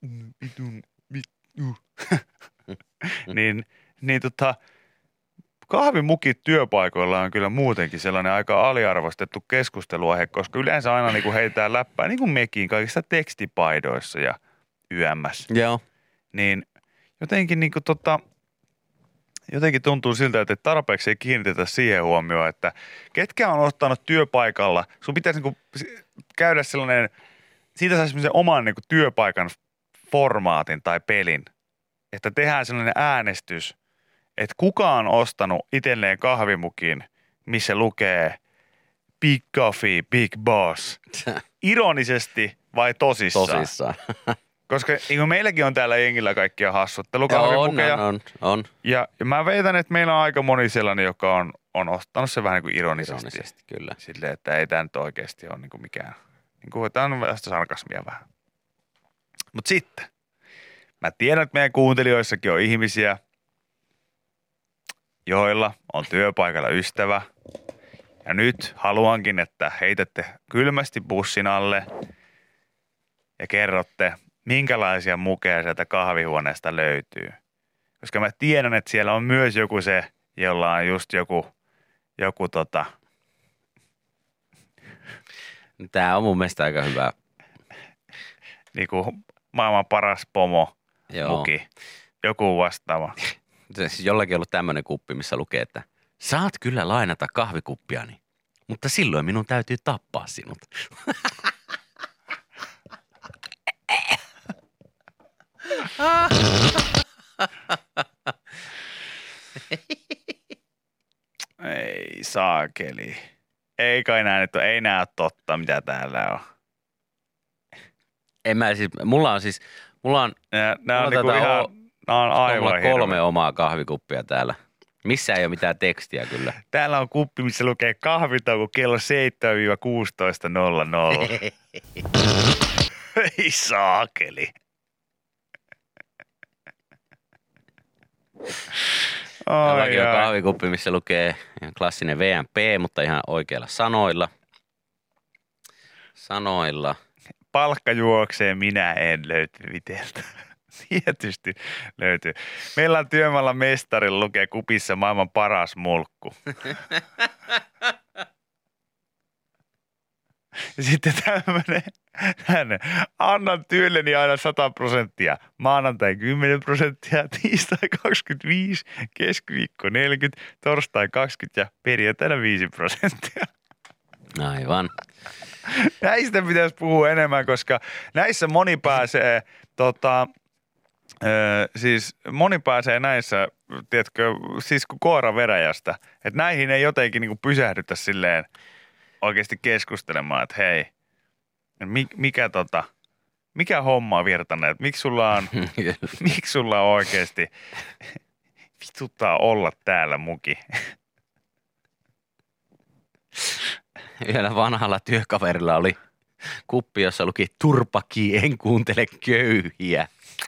kahvimukit työpaikoilla on kyllä muutenkin sellainen aika aliarvostettu keskusteluaihe, koska yleensä aina niin kuin heitetään läppää, niin kuin mekin kaikissa tekstipaidoissa ja YMS. Joo. Niin jotenkin niin kuin jotenkin tuntuu siltä, että tarpeeksi ei kiinnitetä siihen huomioon, että ketkä on ottanut työpaikalla, sun pitäisi niin kuin käydä sellainen, siitä saisi sellaisen oman niin kuin työpaikan formaatin tai pelin, että tehdään sellainen äänestys, että kuka on ostanut itselleen kahvimukin, missä lukee Big Coffee, Big Boss. Ironisesti vai tosissaan? Tosissaan. Koska niin meilläkin on täällä jengillä kaikkia hassuttelukahvimukeja. On. Ja mä veitän, että meillä on aika moni sellainen, joka on ostanut se vähän niin kuin ironisesti. Ironisesti, kyllä. Silleen, että ei tämä nyt oikeasti ole niin kuin mikään. Niin kuin, tämä on vasta sarkasmia vähän. Mutta sitten, mä tiedän, että meidän kuuntelijoissakin on ihmisiä, joilla on työpaikalla ystävä. Ja nyt haluankin, että heitätte kylmästi bussin alle ja kerrotte, minkälaisia mukeja sieltä kahvihuoneesta löytyy. Koska mä tiedän, että siellä on myös joku se, jolla on just joku Tää on mun mielestä aika hyvä. Niinku maailman paras pomo muki. Joku vastaava. Se siis jollakin on ollut tämmöinen kuppi, missä lukee, että saat kyllä lainata kahvikuppiani, mutta silloin minun täytyy tappaa sinut. Ei saakeli. Ei kai nää nyt ole, ei nää ole totta, mitä täällä on. En mä siis, mulla on Nää on niinku ihan, nää on aivan 3 omaa kahvikuppia täällä. Missä ei ole mitään tekstiä kyllä. Täällä on kuppi, missä lukee kahvitauko kello 7-16.00. Ei saakeli. Jollakin on kahvikuppi, missä lukee ihan klassinen VMP, mutta ihan oikeilla sanoilla. Palkka juoksee, minä en löyty viteltä. Tietysti löytyy. Meillä on työmaalla mestarilla lukee kupissa maailman paras mulkku. Ja sitten tämmöinen, annan työlleni aina 100%, maanantai 10%, tiistai 25, keskiviikko 40, torstai 20 ja perjantaina 5%. Aivan. Näistä pitäisi puhua enemmän, koska näissä moni pääsee Siis moni pääsee näissä, tiedätkö, siis kuin koira veräjästä. Että näihin ei jotenkin niinku pysähdytä silleen oikeasti keskustelemaan, että hei, mikä homma on Virtanen, että miksi sulla on oikeasti vituttaa olla täällä muki? Yhdellä vanhalla työkaverilla oli kuppi, jossa luki turpaki, en kuuntele köyhiä.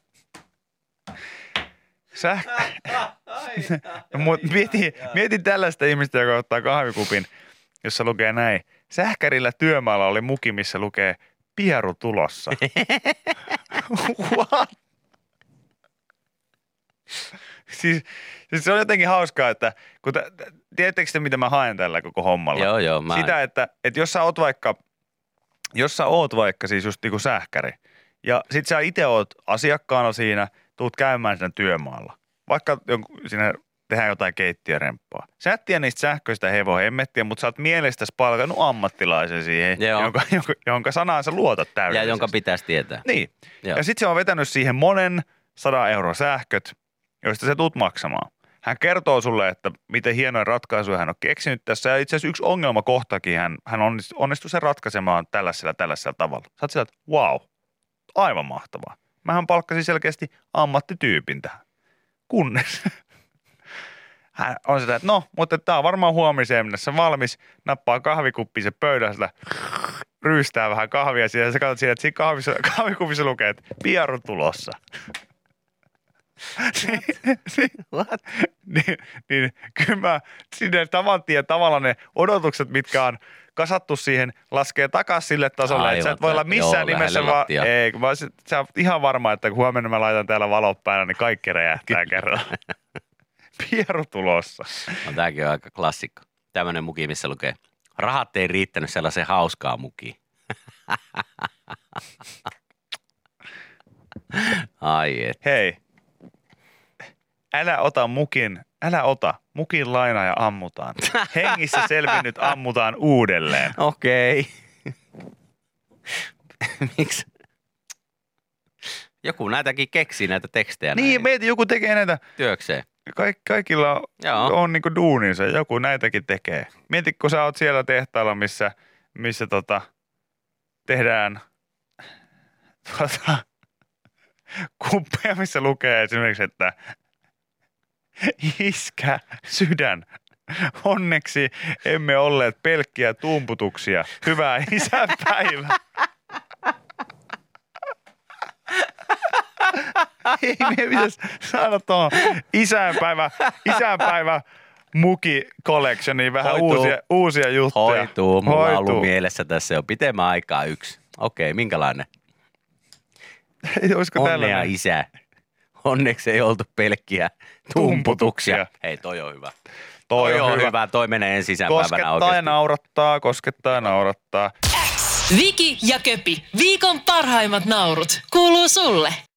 Mieti tällaista ihmistä, joka ottaa kahvikupin, jossa lukee näin. Sähkärillä työmaalla oli muki, missä lukee pieru tulossa. What? Siis se on jotenkin hauskaa, että kun tiedättekö te, mitä mä haen tällä koko hommalla? Joo. Sitä, että jos sä oot vaikka siis just niinku sähkäri ja sit sä itse oot asiakkaana siinä, tuut käymään siinä työmaalla. Vaikka siinä tehdään jotain keittiöremppaa. Sä et tiedä niistä sähköistä hemmettiä, mutta sä oot mielestäsi palkannut ammattilaisen siihen, jonka sanaan sä luotat täydellisesti. Ja jonka pitäisi tietää. Niin. Joo. Ja sit se on vetänyt siihen monen 100 € sähköt, joista sä tuut maksamaan. Hän kertoo sulle, että miten hienoja ratkaisuja hän on keksinyt tässä. Ja itse asiassa yksi ongelmakohtakin hän onnistui sen ratkaisemaan tällaisella tavalla. Sä oot sillä, että wow, aivan mahtavaa. Mähän palkkasin selkeästi ammattityypin tähän. Kunnes hän on sitä, että no, mutta tää on varmaan huomiseen mennessä valmis. Nappaa kahvikuppiin se pöydästä, ryystää vähän kahvia siihen. Ja sä katsot siinä, että siinä kahvikupissa lukee, että pieru tulossa. niin kyllä mä sinne tavallaan ne odotukset, mitkä on kasattu siihen, laskee takaisin sille tasolle, että sä et voi olla missään nimessä vaan, ei, kun sä oot ihan varma, että kun huomenna mä laitan täällä valot päällä, niin kaikki räjähtää kerralla. Pieru tulossa. No, tääkin on aika klassikko. Tämmönen muki, missä lukee, rahat ei riittänyt sellaiseen hauskaan mukiin. Ai et. Hei. Älä ota mukin laina ja ammutaan. Hengissä selvinnyt ammutaan uudelleen. Okei. Miksi? Joku näitäkin keksii näitä tekstejä. Niin, meitä joku tekee näitä. Työkseen. Kaikilla on niinku duuninsa, joku näitäkin tekee. Mieti, kun sä oot siellä tehtaalla, missä tehdään kuppeja, missä lukee esimerkiksi, että iskä, sydän. Onneksi emme olleet pelkkiä tumputuksia. Hyvää isänpäivää. Ei me pitäisi saada tuohon isänpäivä muki collectioniin vähän uusia juttuja. Hoituu. Mulla on ollut mielessä tässä jo pitemmän aikaa yksi. Okei, minkälainen? Olisiko Onnea tällainen? Isä. Onneksi ei oltu pelkkiä tumputuksia. Hei, toi on hyvä. Toi on hyvä. Toi menee ensi isänpäivänä oikeasti. Koskettaa ja naurattaa. Viki ja Köpi, viikon parhaimmat naurut, kuuluu sulle.